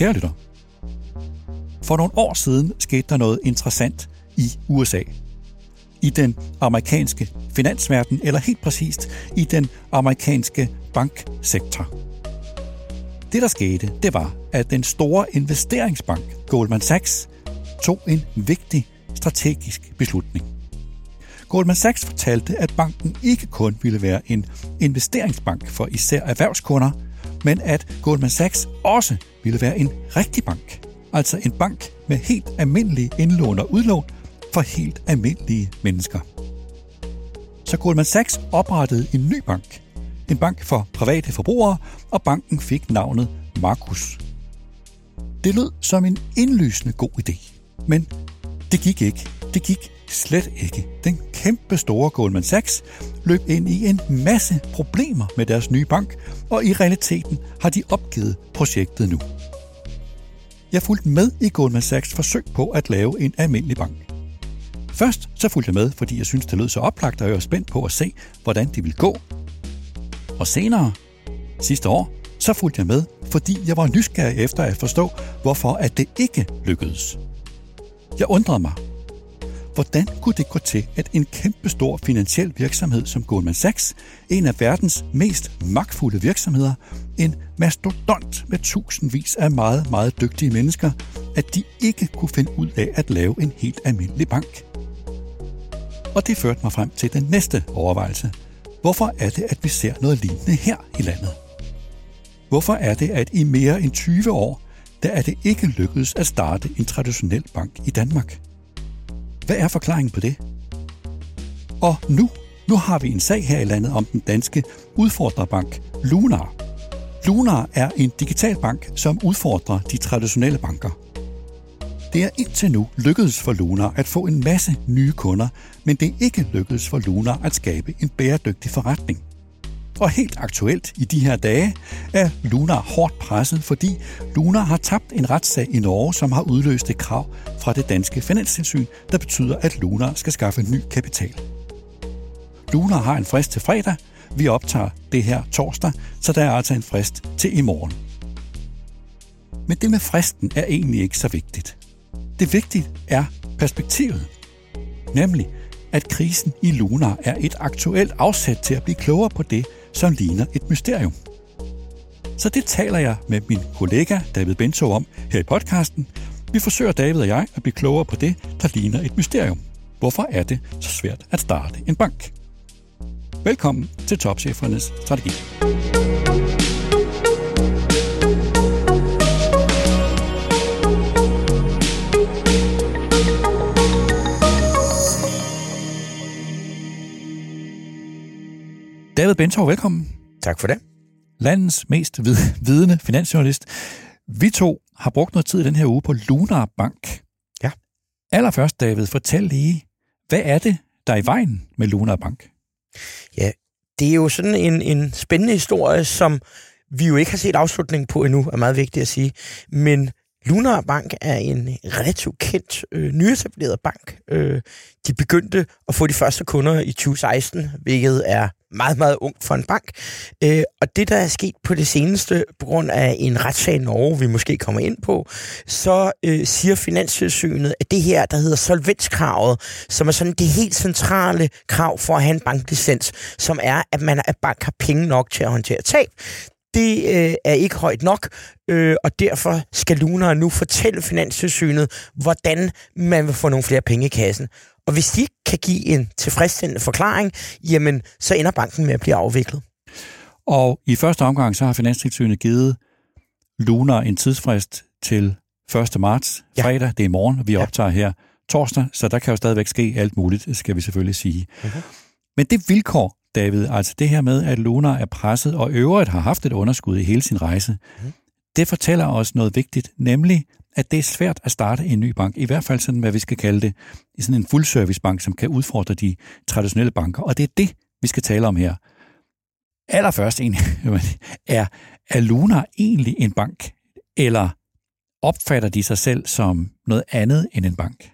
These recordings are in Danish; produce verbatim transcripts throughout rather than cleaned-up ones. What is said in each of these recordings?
Kære lytter, for nogle år siden skete der noget interessant i U S A. I den amerikanske finansverden, eller helt præcist i den amerikanske banksektor. Det, der skete, det var, at den store investeringsbank Goldman Sachs tog en vigtig strategisk beslutning. Goldman Sachs fortalte, at banken ikke kun ville være en investeringsbank for især erhvervskunder, men at Goldman Sachs også ville være en rigtig bank. Altså en bank med helt almindelige indlån og udlån for helt almindelige mennesker. Så Goldman Sachs oprettede en ny bank. En bank for private forbrugere, og banken fik navnet Marcus. Det lød som en indlysende god idé. Men det gik ikke. Det gik slet ikke. Den kæmpe store Goldman Sachs løb ind i en masse problemer med deres nye bank, og i realiteten har de opgivet projektet nu. Jeg fulgte med i Goldman Sachs forsøg på at lave en almindelig bank. Først så fulgte jeg med, fordi jeg syntes, det lød så oplagt, og jeg var spændt på at se, hvordan det ville gå. Og senere, sidste år, så fulgte jeg med, fordi jeg var nysgerrig efter at forstå, hvorfor at det ikke lykkedes. Jeg undrede mig. Hvordan kunne det gå til, at en kæmpestor finansiel virksomhed som Goldman Sachs, en af verdens mest magtfulde virksomheder, en mastodont med tusindvis af meget, meget dygtige mennesker, at de ikke kunne finde ud af at lave en helt almindelig bank? Og det førte mig frem til den næste overvejelse. Hvorfor er det, at vi ser noget lignende her i landet? Hvorfor er det, at i mere end tyve år, der er det ikke lykkedes at starte en traditionel bank i Danmark? Hvad er forklaringen på det? Og nu, nu har vi en sag her i landet om den danske udfordrerbank Lunar. Lunar er en digital bank, som udfordrer de traditionelle banker. Det er indtil nu lykkedes for Lunar at få en masse nye kunder, men det er ikke lykkedes for Lunar at skabe en bæredygtig forretning. Og helt aktuelt i de her dage er Lunar hårdt presset, fordi Lunar har tabt en retssag i Norge, som har udløst et krav fra det danske finanstilsyn, der betyder, at Lunar skal skaffe ny kapital. Lunar har en frist til fredag. Vi optager det her torsdag, så der er altså en frist til i morgen. Men det med fristen er egentlig ikke så vigtigt. Det vigtige er perspektivet. Nemlig, at krisen i Lunar er et aktuelt afsæt til at blive klogere på det, som ligner et mysterium. Så det taler jeg med min kollega David Bentov om her i podcasten. Vi forsøger, David og jeg, at blive klogere på det, der ligner et mysterium. Hvorfor er det så svært at starte en bank? Velkommen til Topchefernes Strategi. David Bentov, velkommen. Tak for det. Landets mest vidende finansjournalist. Vi to har brugt noget tid i den her uge på Lunar Bank. Ja. Allerførst, David, fortæl lige, hvad er det, der er i vejen med Lunar Bank? Ja, det er jo sådan en, en spændende historie, som vi jo ikke har set afslutningen på endnu, er meget vigtigt at sige. Men Lunar Bank er en relativt kendt, øh, nyetableret bank. Øh, de begyndte at få de første kunder i tyve seksten, hvilket er meget, meget ungt for en bank. Øh, og det, der er sket på det seneste, på grund af en retssag i Norge, vi måske kommer ind på, så øh, siger Finanstilsynet, at det her, der hedder solvenskravet, som er sådan det helt centrale krav for at have en banklicens, som er, at man at bank har penge nok til at håndtere tab. Det øh, er ikke højt nok, øh, og derfor skal Lunar nu fortælle Finanstilsynet, hvordan man vil få nogle flere penge i kassen. Og hvis de ikke kan give en tilfredsstillende forklaring, jamen, så ender banken med at blive afviklet. Og i første omgang, så har Finanstilsynet givet Lunar en tidsfrist til første marts, ja. fredag, det er i morgen, vi optager her torsdag, så der kan jo stadigvæk ske alt muligt, skal vi selvfølgelig sige. Uh-huh. Men det vilkår, David, altså det her med, at Lunar er presset og øvrigt har haft et underskud i hele sin rejse, uh-huh. det fortæller os noget vigtigt, nemlig at det er svært at starte en ny bank, i hvert fald sådan, hvad vi skal kalde det, sådan en fuldservicebank, som kan udfordre de traditionelle banker, og det er det, vi skal tale om her. Allerførst egentlig, er, er Lunar egentlig en bank, eller opfatter de sig selv som noget andet end en bank?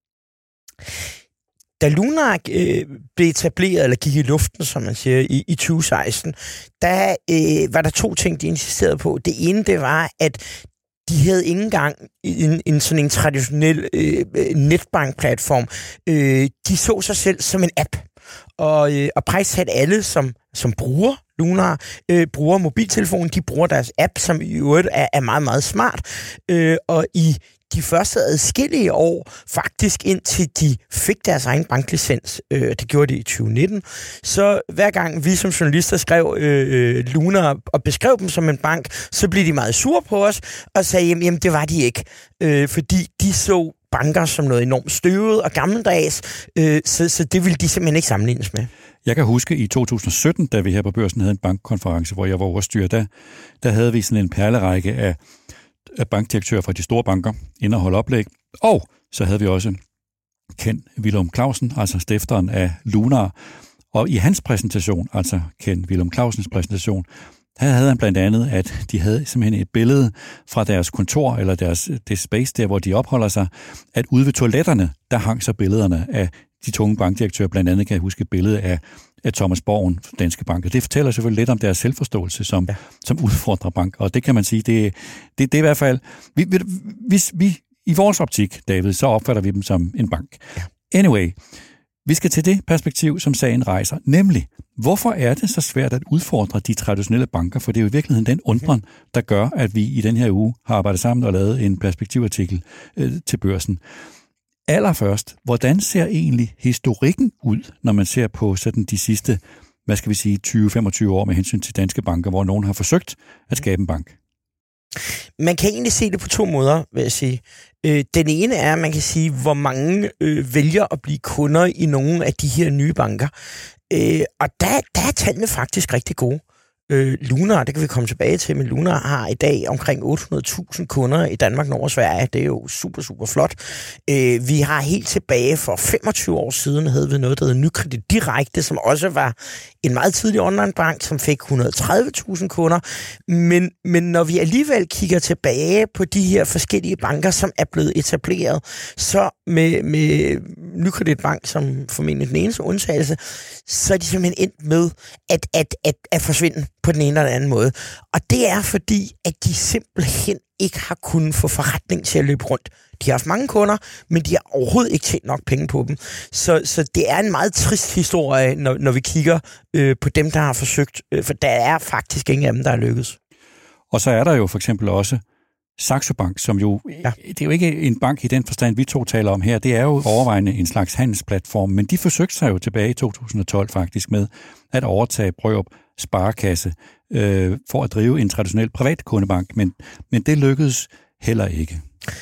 Da Lunar øh, blev etableret, eller gik i luften, som man siger, i, i tyve seksten, der øh, var der to ting, de insisterede på. Det ene, det var, at de havde ikke engang en, en sådan en traditionel øh, netbankplatform. Øh, de så sig selv som en app, og, øh, og pejsatte alle, som, som bruger Lunar, øh, bruger mobiltelefonen, de bruger deres app, som i øvrigt er, er meget, meget smart, øh, og i de første adskillige år, faktisk indtil de fik deres egen banklicens, øh, det gjorde de i tyve nitten, så hver gang vi som journalister skrev øh, Lunar og beskrev dem som en bank, så blev de meget sure på os og sagde, jamen, jamen det var de ikke, øh, fordi de så banker som noget enormt støvet og gammeldags, øh, så, så det ville de simpelthen ikke sammenlignes med. Jeg kan huske i to tusind sytten, da vi her på Børsen havde en bankkonference, hvor jeg var overstyrer, der, der havde vi sådan en perlerække af, af bankdirektører fra de store banker inde og holde oplæg. Og så havde vi også Ken Willum Clausen, altså stifteren af Lunar. Og i hans præsentation, altså Ken Willum Clausens præsentation, her havde han blandt andet, at de havde simpelthen et billede fra deres kontor, eller deres det space der, hvor de opholder sig, at ude ved toiletterne, der hang så billederne af de tunge bankdirektører. Blandt andet kan jeg huske et billede af, af Thomas Borgen, Danske Bank. Det fortæller selvfølgelig lidt om deres selvforståelse som, ja. som udfordrer bank. Og det kan man sige, det, det, det er i hvert fald... Vi, hvis vi, i vores optik, David, så opfatter vi dem som en bank. Ja. Anyway, vi skal til det perspektiv, som sagen rejser, nemlig, hvorfor er det så svært at udfordre de traditionelle banker? For det er jo i virkeligheden den undren, der gør, at vi i den her uge har arbejdet sammen og lavet en perspektivartikel øh, til Børsen. Allerførst, hvordan ser egentlig historikken ud, når man ser på sådan de sidste, hvad skal vi sige, tyve til femogtyve år med hensyn til danske banker, hvor nogen har forsøgt at skabe en bank? Man kan egentlig se det på to måder, vil jeg sige. Øh, den ene er, at man kan sige, hvor mange øh, vælger at blive kunder i nogle af de her nye banker. Øh, og der, der er tallene faktisk rigtig gode. Øh, Lunar, det kan vi komme tilbage til, men Lunar har i dag omkring otte hundrede tusind kunder i Danmark, Norge og Sverige. Det er jo super, super flot. Øh, vi har helt tilbage for femogtyve år siden, havde vi noget, der hedder Nykredit Direkte, som også var en meget tidlig onlinebank, som fik et hundrede og tredive tusind kunder. Men, men når vi alligevel kigger tilbage på de her forskellige banker, som er blevet etableret, så med, med Nykredit Bank som formentlig den eneste undtagelse, så er de simpelthen endt med at, at, at, at forsvinde på den ene eller den anden måde. Og det er fordi, at de simpelthen ikke har kunnet få forretning til at løbe rundt. De har haft mange kunder, men de har overhovedet ikke tjent nok penge på dem. Så, så det er en meget trist historie, når, når vi kigger øh, på dem, der har forsøgt. Øh, for der er faktisk ingen af dem, der er lykkedes. Og så er der jo for eksempel også Saxo Bank, som jo, ja. det er jo ikke en bank i den forstand, vi to taler om her. Det er jo overvejende en slags handelsplatform, men de forsøgte sig jo tilbage i to tusind og tolv faktisk med at overtage Brørup Sparekasse øh, for at drive en traditionel privat kundebank, men, men det lykkedes heller ikke.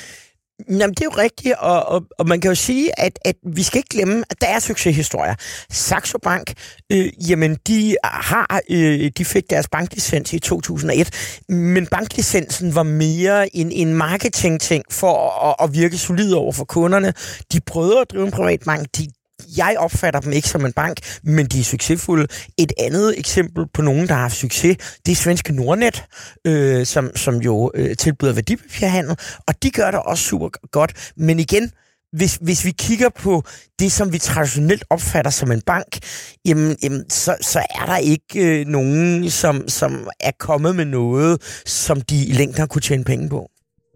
Jamen, det er jo rigtigt, og, og, og man kan jo sige, at, at vi skal ikke glemme, at der er succeshistorier. Saxo Bank, øh, jamen, de har, øh, de fik deres banklicens i to tusind og et, men banklicensen var mere en, en marketingting for at, at virke solid over for kunderne. De prøvede at drive en privat bank, de Jeg opfatter dem ikke som en bank, men de er succesfulde. Et andet eksempel på nogen, der har haft succes, det er svenske Nordnet, øh, som, som jo øh, tilbyder værdipapirhandel, og de gør det også super godt. Men igen, hvis, hvis vi kigger på det, som vi traditionelt opfatter som en bank, jamen, jamen, så, så er der ikke øh, nogen, som, som er kommet med noget, som de i længden har kunne tjene penge på.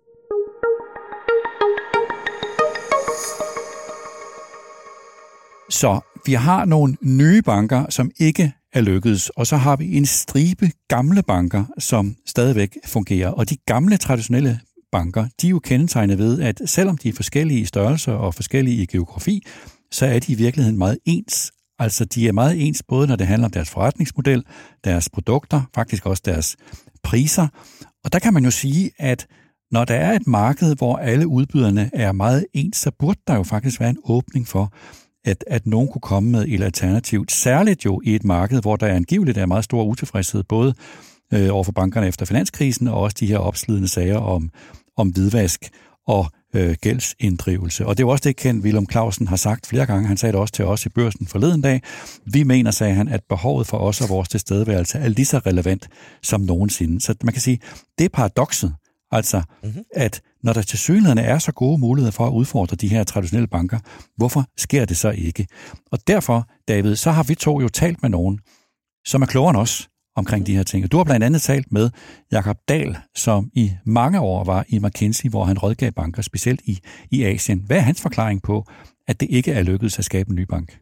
Så vi har nogle nye banker, som ikke er lykkedes, og så har vi en stribe gamle banker, som stadigvæk fungerer. Og de gamle traditionelle banker, de er jo kendetegnet ved, at selvom de er forskellige i størrelser og forskellige i geografi, så er de i virkeligheden meget ens. Altså de er meget ens, både når det handler om deres forretningsmodel, deres produkter, faktisk også deres priser. Og der kan man jo sige, at når der er et marked, hvor alle udbyderne er meget ens, så burde der jo faktisk være en åbning for, At, at nogen kunne komme med et alternativ, særligt jo i et marked, hvor der er angiveligt er meget stor utilfredshed, både øh, over for bankerne efter finanskrisen, og også de her opslidende sager om, om hvidvask og øh, gældsinddrivelse. Og det er jo også det, Ken Willum Clausen har sagt flere gange. Han sagde det også til os i Børsen forleden dag. Vi mener, sagde han, at behovet for os og vores tilstedeværelse er lige så relevant som nogensinde. Så man kan sige, det er paradokset. Altså, mm-hmm. at når der tilsyneladende er så gode muligheder for at udfordre de her traditionelle banker, hvorfor sker det så ikke? Og derfor, David, så har vi to jo talt med nogen, som er klogere end os, omkring de her ting. Du har blandt andet talt med Jakob Dahl, som i mange år var i McKinsey, hvor han rådgav banker, specielt i, i Asien. Hvad er hans forklaring på, at det ikke er lykkedes at skabe en ny bank?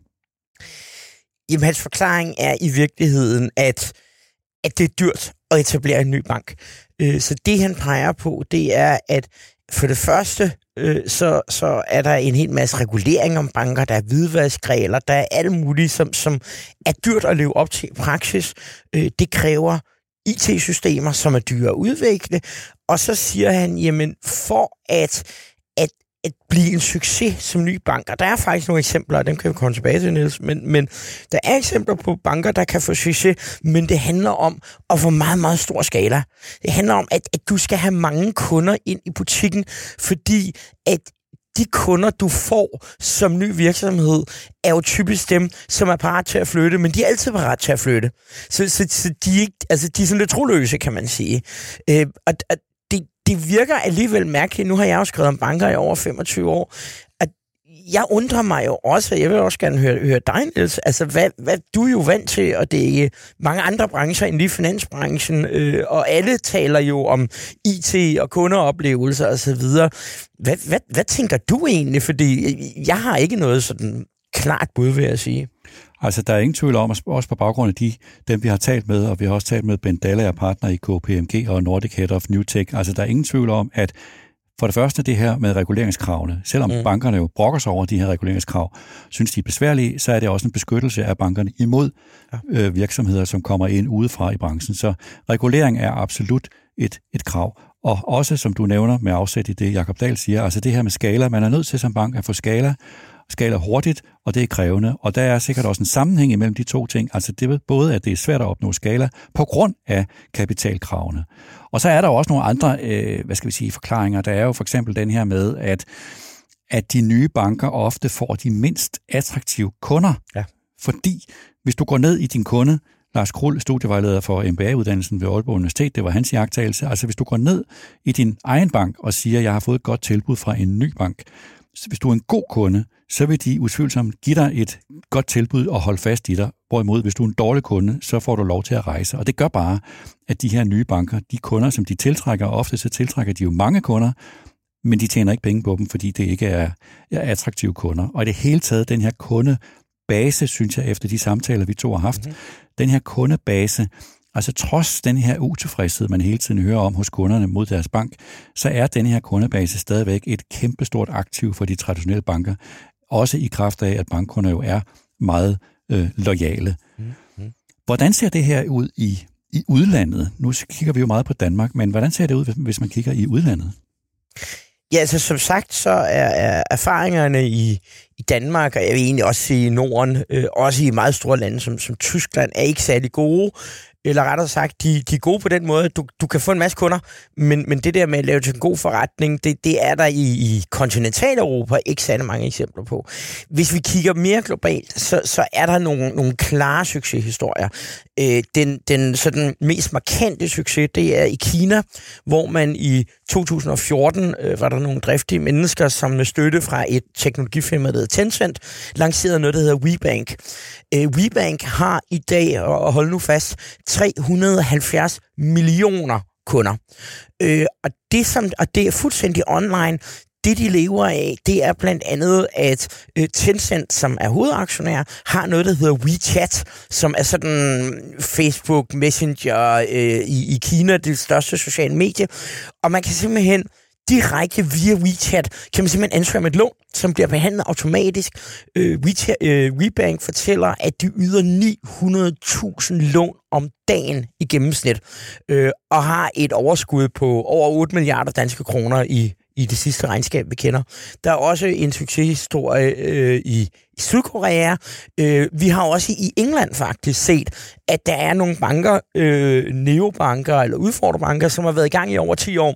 Jamen, hans forklaring er i virkeligheden, at, at det er dyrt at etablere en ny bank. Så det, han peger på, det er, at for det første, så, så er der en hel masse regulering om banker, der er hvidvaskregler, der er alt muligt, som, som er dyrt at leve op til i praksis. Det kræver I T-systemer, som er dyre at udvikle. Og så siger han, jamen for at, at, at blive en succes som ny bank, og der er faktisk nogle eksempler, og dem kan vi komme tilbage til, Niels, men, men der er eksempler på banker, der kan få succes, men det handler om at få meget, meget stor skala. Det handler om, at, at du skal have mange kunder ind i butikken, fordi at de kunder, du får som ny virksomhed, er jo typisk dem, som er parat til at flytte, men de er altid parat til at flytte. Så, så, så de, er ikke, altså, de er sådan lidt troløse, kan man sige. Øh, og, og det, det virker alligevel mærkeligt. Nu har jeg jo skrevet om banker i over femogtyve år, at jeg undrer mig jo også, jeg vil også gerne høre, høre dig, Niels, altså hvad, hvad du er jo vant til, og det er mange andre brancher end lige finansbranchen, øh, og alle taler jo om I T og kundeoplevelser og så videre. Hvad, hvad, hvad tænker du egentlig? Fordi jeg har ikke noget sådan klart bud, vil jeg sige. Altså, der er ingen tvivl om, også på baggrund af de, dem, vi har talt med, og vi har også talt med Ben Dalle, er partner i K P M G og Nordic Head of New Tech. Altså, der er ingen tvivl om, at for det første det her med reguleringskravene. Selvom mm. bankerne jo brokker sig over de her reguleringskrav, synes de er besværlige, så er det også en beskyttelse af bankerne imod ja. øh, virksomheder, som kommer ind udefra i branchen. Så regulering er absolut et, et krav. Og også, som du nævner med afsæt i det, Jakob Dahl siger, altså det her med skala. Man er nødt til som bank at få skala, skala hurtigt, og det er krævende. Og der er sikkert også en sammenhæng imellem de to ting. Altså det er både, at det er svært at opnå skala på grund af kapitalkravene. Og så er der også nogle andre, øh, hvad skal vi sige, forklaringer. Der er jo for eksempel den her med, at, at de nye banker ofte får de mindst attraktive kunder. Ja. Fordi hvis du går ned i din kunde, Lars Krull, studievejleder for M B A-uddannelsen ved Aalborg Universitet, det var hans iagttagelse. Altså hvis du går ned i din egen bank og siger, at jeg har fået et godt tilbud fra en ny bank, så hvis du er en god kunde, så vil de utvivlsomt give dig et godt tilbud og holde fast i dig. Hvorimod, hvis du er en dårlig kunde, så får du lov til at rejse. Og det gør bare, at de her nye banker, de kunder, som de tiltrækker, ofte så tiltrækker de jo mange kunder, men de tjener ikke penge på dem, fordi det ikke er, er attraktive kunder. Og i det hele taget, den her kundebase, synes jeg, efter de samtaler, vi to har haft, mm-hmm. den her kundebase, altså trods den her utilfredshed, man hele tiden hører om hos kunderne mod deres bank, så er den her kundebase stadigvæk et kæmpestort aktiv for de traditionelle banker, også i kraft af, at bankkunder jo er meget øh, loyale. Mm-hmm. Hvordan ser det her ud i, i udlandet? Nu kigger vi jo meget på Danmark, men hvordan ser det ud, hvis man kigger i udlandet? Ja, altså som sagt, så er, er erfaringerne i, i Danmark, og jeg vil egentlig også sige i Norden, øh, også i meget store lande som, som Tyskland, er ikke særlig gode. Eller rettere sagt, de, de er gode på den måde, at du, du kan få en masse kunder, men, men det der med at lave til en god forretning, det, det er der i, i kontinentaleuropa ikke særlig mange eksempler på. Hvis vi kigger mere globalt, så, så er der nogle, nogle klare succeshistorier. Øh, den, den sådan mest markante succes, det er i Kina, hvor man i to tusind og fjorten øh, var der nogle driftige mennesker, som med støtte fra et teknologifirma, der hedder Tencent, lancerede noget, der hedder WeBank. Øh, WeBank har i dag, og hold nu fast, tre hundrede og halvfjerds millioner kunder. Øh, og, det, som, og det er fuldstændig online. Det, de lever af, det er blandt andet, at øh, Tencent, som er hovedaktionær, har noget, der hedder WeChat, som er sådan Facebook Messenger øh, i, i Kina, det største sociale medie. Og man kan simpelthen direkte via WeChat, kan man simpelthen ansøge om et lån, som bliver behandlet automatisk. Øh, WeChat, øh, WeBank fortæller, at de yder ni hundrede tusind lån om dagen i gennemsnit, øh, og har et overskud på over otte milliarder danske kroner i, i det sidste regnskab, vi kender. Der er også en succeshistorie øh, i, i Sydkorea. Øh, vi har også i England faktisk set, at der er nogle banker, øh, neobanker eller udfordrerbanker, som har været i gang i over ti år.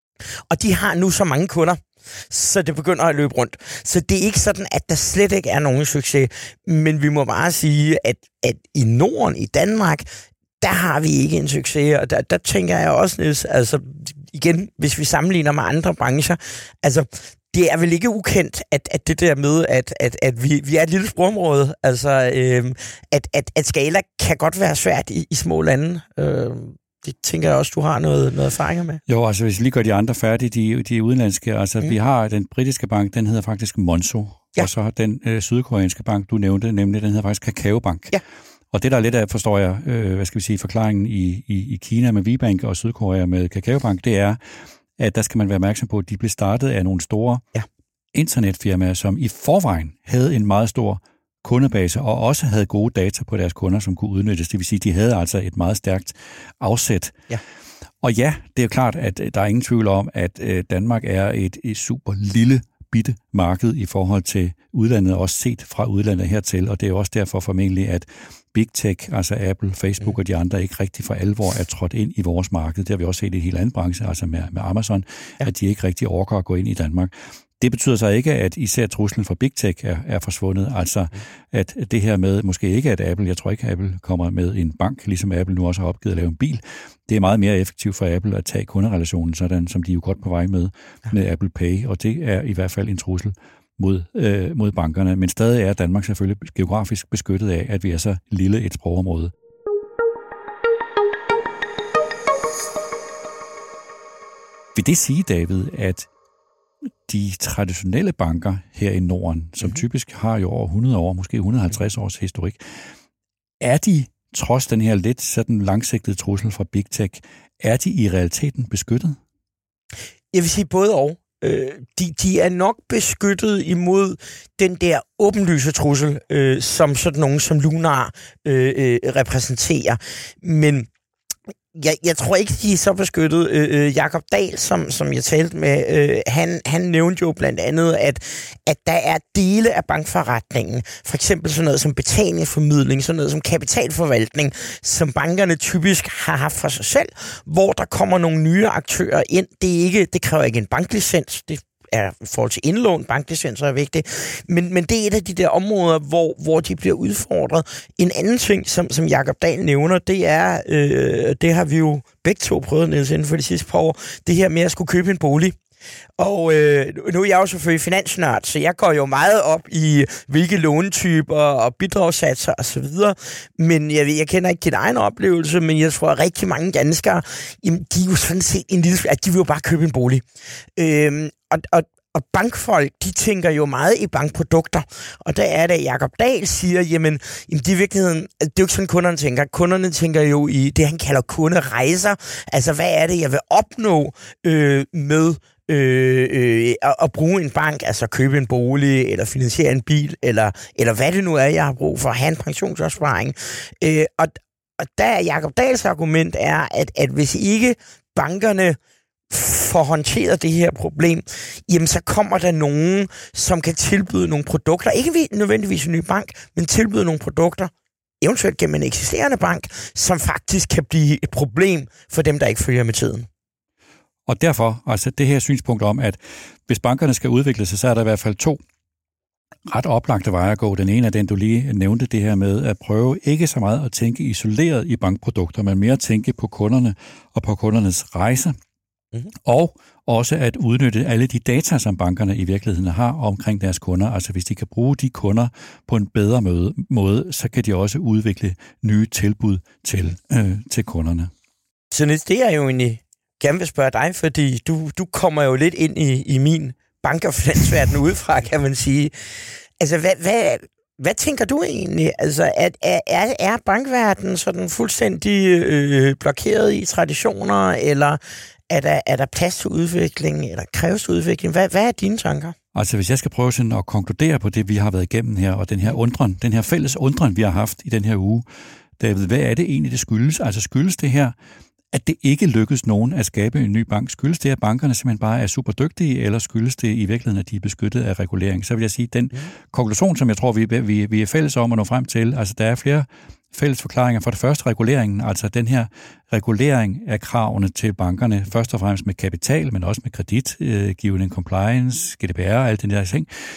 Og de har nu så mange kunder, så det begynder at løbe rundt. Så det er ikke sådan, at der slet ikke er nogen succes. Men vi må bare sige, at, at i Norden, i Danmark, der har vi ikke en succes. Og der, der tænker jeg også, Niels, altså igen, hvis vi sammenligner med andre brancher, altså det er vel ikke ukendt, at, at det der med, at, at, at vi, vi er et lille sprogområde, altså øh, at, at, at skala kan godt være svært i, i små lande. Øh, det tænker jeg også, du har noget, noget erfaringer med. Jo, altså hvis vi lige gør de andre færdige, de, de udenlandske, altså mm. vi har den britiske bank, den hedder faktisk Monzo, ja. Og så har den øh, sydkoreanske bank, du nævnte, nemlig den hedder faktisk Kakao Bank. Ja. Og det der er lidt af, forstår jeg, øh, hvad skal vi sige, forklaringen i, i, i Kina med VBank og Sydkorea med Kakao Bank, det er, at der skal man være opmærksom på, at de blev startet af nogle store ja. internetfirmaer, som i forvejen havde en meget stor kundebase, og også havde gode data på deres kunder, som kunne udnyttes. Det vil sige, de havde altså et meget stærkt afsæt. Ja. Og ja, det er jo klart, at der er ingen tvivl om, at Danmark er et, et super lille bitte marked i forhold til udlandet, også set fra udlandet hertil, og det er jo også derfor formentlig, at Big Tech, altså Apple, Facebook mm. og de andre, ikke rigtig for alvor er trådt ind i vores marked. Det har vi også set i en helt anden branche, altså med, med Amazon, ja. At de ikke rigtig orker at gå ind i Danmark. Det betyder så ikke, at især truslen for Big Tech er, er forsvundet. Altså, at det her med, måske ikke at Apple, jeg tror ikke, at Apple kommer med en bank, ligesom Apple nu også har opgivet at lave en bil. Det er meget mere effektivt for Apple at tage kunderelationen, sådan som de er jo godt på vej med, med Apple Pay, og det er i hvert fald en trussel mod, øh, mod bankerne. Men stadig er Danmark selvfølgelig geografisk beskyttet af, at vi er så lille et sprogområde. Vil det sige, David, at de traditionelle banker her i Norden, som mm-hmm. typisk har jo over hundrede år, måske et hundrede og halvtreds års historik, er de, trods den her lidt sådan langsigtede trussel fra Big Tech, er de i realiteten beskyttet? Jeg vil sige både og. Øh, de, de er nok beskyttet imod den der åbenlyse trussel, øh, som sådan nogen som Lunar øh, øh, repræsenterer. Men Jeg, jeg tror ikke, de er så beskyttet. Øh, Jakob Dahl, som, som jeg talte med, øh, han, han nævnte jo blandt andet, at, at der er dele af bankforretningen, for eksempel sådan noget som betalingsformidling, sådan noget som kapitalforvaltning, som bankerne typisk har haft for sig selv, hvor der kommer nogle nye aktører ind. Det, er ikke, det kræver ikke en banklicens, det er i forhold til indlån, banklicenser er vigtigt, men, men det er et af de der områder, hvor, hvor de bliver udfordret. En anden ting, som, som Jakob Dahl nævner, det er, øh, det har vi jo begge to prøvet, Niels, inden for de sidste par år, det her med at skulle købe en bolig. Og øh, nu er jeg jo selvfølgelig finansnørd, så jeg går jo meget op i, hvilke lånetyper og bidragssatser osv., men jeg, jeg kender ikke din egen oplevelse, men jeg tror, at rigtig mange danskere, jamen, de er jo sådan set en lille, at de vil jo bare købe en bolig. Øh, og, og Og bankfolk, de tænker jo meget i bankprodukter. Og der er det, Jakob Dahl siger, jamen, jamen det er i virkeligheden, det er jo ikke sådan, kunderne tænker. Kunderne tænker jo i det, han kalder kunderejser. Altså, hvad er det, jeg vil opnå øh, med øh, øh, at, at bruge en bank? Altså, købe en bolig, eller finansiere en bil, eller, eller hvad det nu er, jeg har brug for at have en pensionsopsparing. Øh, og, og der er Jakob Dahls argument er, at, at hvis ikke bankerne for at håndtere det her problem, jamen så kommer der nogen, som kan tilbyde nogle produkter, ikke nødvendigvis en ny bank, men tilbyde nogle produkter, eventuelt gennem en eksisterende bank, som faktisk kan blive et problem for dem, der ikke følger med tiden. Og derfor, altså det her synspunkt om, at hvis bankerne skal udvikle sig, så er der i hvert fald to ret oplagte veje at gå. Den ene er den, du lige nævnte, det her med at prøve ikke så meget at tænke isoleret i bankprodukter, men mere at tænke på kunderne og på kundernes rejse. Mm-hmm. Og også at udnytte alle de data, som bankerne i virkeligheden har omkring deres kunder. Altså hvis de kan bruge de kunder på en bedre måde, måde så kan de også udvikle nye tilbud til, øh, til kunderne. Så det er jo egentlig gerne vil spørge dig, fordi du, du kommer jo lidt ind i, i min bank- og finansverden udefra, kan man sige. Altså hvad, hvad, hvad tænker du egentlig? Altså er, er, er bankverdenen sådan fuldstændig øh, blokeret i traditioner, eller Er der, er der plads til udvikling, eller kræves til udvikling? Hvad, hvad er dine tanker? Altså, hvis jeg skal prøve sådan at konkludere på det, vi har været igennem her, og den her undren, den her fælles undren, vi har haft i den her uge, David, hvad er det egentlig, det skyldes? Altså, skyldes det her, at det ikke lykkes nogen at skabe en ny bank? Skyldes det, at bankerne simpelthen bare er super dygtige, eller skyldes det i virkeligheden, at de er beskyttet af regulering? Så vil jeg sige, den ja. konklusion, som jeg tror, vi, vi, vi er fælles om at nå frem til, altså, der er flere fælles forklaringer. For det første reguleringen, altså den her regulering af kravene til bankerne, først og fremmest med kapital, men også med kreditgivning, compliance, G D P R og alt den der ting,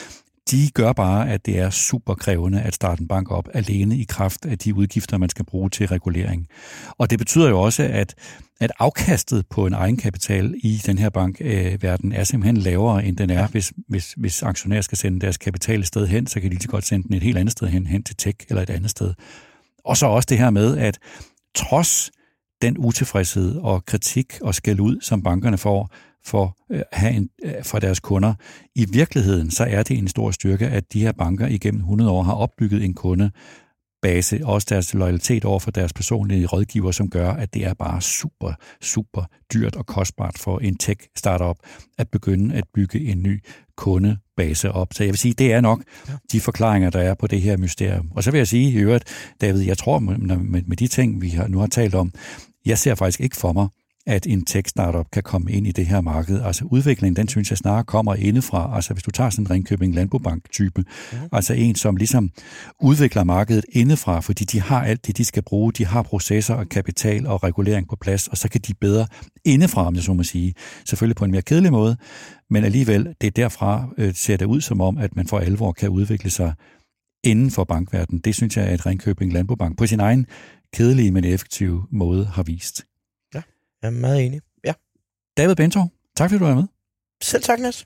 de gør bare, at det er super krævende at starte en bank op alene i kraft af de udgifter, man skal bruge til regulering. Og det betyder jo også, at, at afkastet på en egenkapital i den her bankverden øh, er simpelthen lavere, end den er, hvis, hvis, hvis aktionærer skal sende deres kapital et sted hen, så kan de lige godt sende den et helt andet sted hen, hen til tech eller et andet sted. Og så også det her med, at trods den utilfredshed og kritik og skæld ud, som bankerne får for, at have en, for deres kunder, i virkeligheden så er det en stor styrke, at de her banker igennem hundrede år har opbygget en kundebase, også deres loyalitet over for deres personlige rådgiver, som gør, at det er bare super, super dyrt og kostbart for en tech-startup at begynde at bygge en ny kundebase op. Så jeg vil sige, det er nok de forklaringer, der er på det her mysterium. Og så vil jeg sige i øvrigt, David, jeg tror med, med, med de ting, vi har, nu har talt om, jeg ser faktisk ikke for mig, at en tech-startup kan komme ind i det her marked. Altså udviklingen, den synes jeg snarere kommer indefra. Altså hvis du tager sådan en Ringkøbing Landbobank-type, mm. altså en, som ligesom udvikler markedet indefra, fordi de har alt det, de skal bruge. De har processer og kapital og regulering på plads, og så kan de bedre indefra, om jeg så må sige. Selvfølgelig på en mere kedelig måde, men alligevel, det er derfra øh, ser det ud som om, at man for alvor kan udvikle sig inden for bankverdenen. Det synes jeg, at Ringkøbing Landbobank på sin egen kedelige, men effektive måde har vist. Jeg er meget enig. Ja. David Bentov, tak fordi du var med. Selv tak, Niels.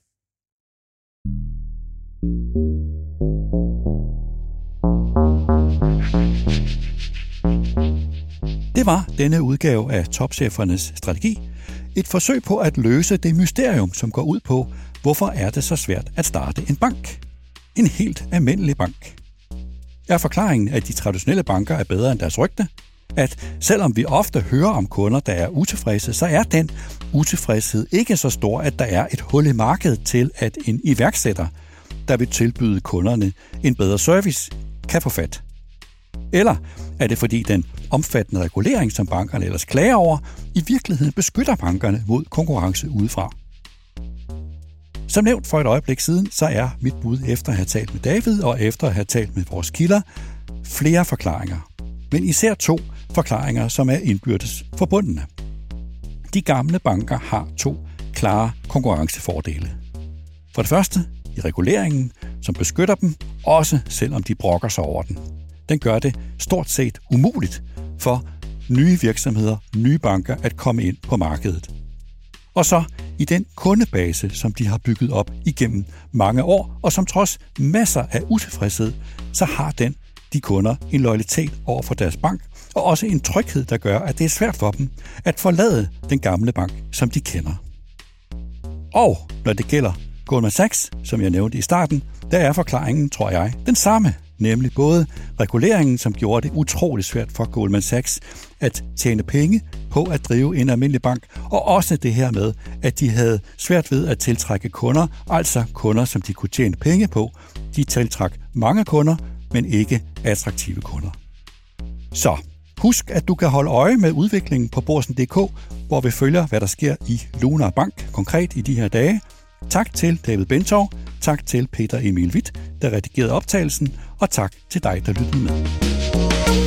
Det var denne udgave af Topchefernes Strategi. Et forsøg på at løse det mysterium, som går ud på, hvorfor er det så svært at starte en bank? En helt almindelig bank. Er forklaringen, at de traditionelle banker er bedre end deres rygte? At selvom vi ofte hører om kunder, der er utilfredse, så er den utilfredshed ikke så stor, at der er et hul i markedet til, at en iværksætter, der vil tilbyde kunderne en bedre service, kan få fat. Eller er det fordi den omfattende regulering, som bankerne ellers klager over, i virkeligheden beskytter bankerne mod konkurrence udefra? Som nævnt for et øjeblik siden, så er mit bud efter at have talt med David og efter at have talt med vores kilder flere forklaringer. Men især to forklaringer, som er indbyrdes forbundne. De gamle banker har to klare konkurrencefordele. For det første i reguleringen, som beskytter dem, også selvom de brokker sig over den. Den gør det stort set umuligt for nye virksomheder, nye banker at komme ind på markedet. Og så i den kundebase, som de har bygget op igennem mange år, og som trods masser af utilfredshed, så har den de kunder en loyalitet over for deres bank, og også en tryghed, der gør, at det er svært for dem at forlade den gamle bank, som de kender. Og når det gælder Goldman Sachs, som jeg nævnte i starten, der er forklaringen, tror jeg, den samme. Nemlig både reguleringen, som gjorde det utroligt svært for Goldman Sachs at tjene penge på at drive en almindelig bank, og også det her med, at de havde svært ved at tiltrække kunder, altså kunder, som de kunne tjene penge på. De tiltrak mange kunder, men ikke attraktive kunder. Så husk, at du kan holde øje med udviklingen på Børsen punktum d k, hvor vi følger, hvad der sker i Lunar Bank konkret i de her dage. Tak til David Bentov, tak til Peter Emil Witt, der redigerede optagelsen, og tak til dig, der lyttede med.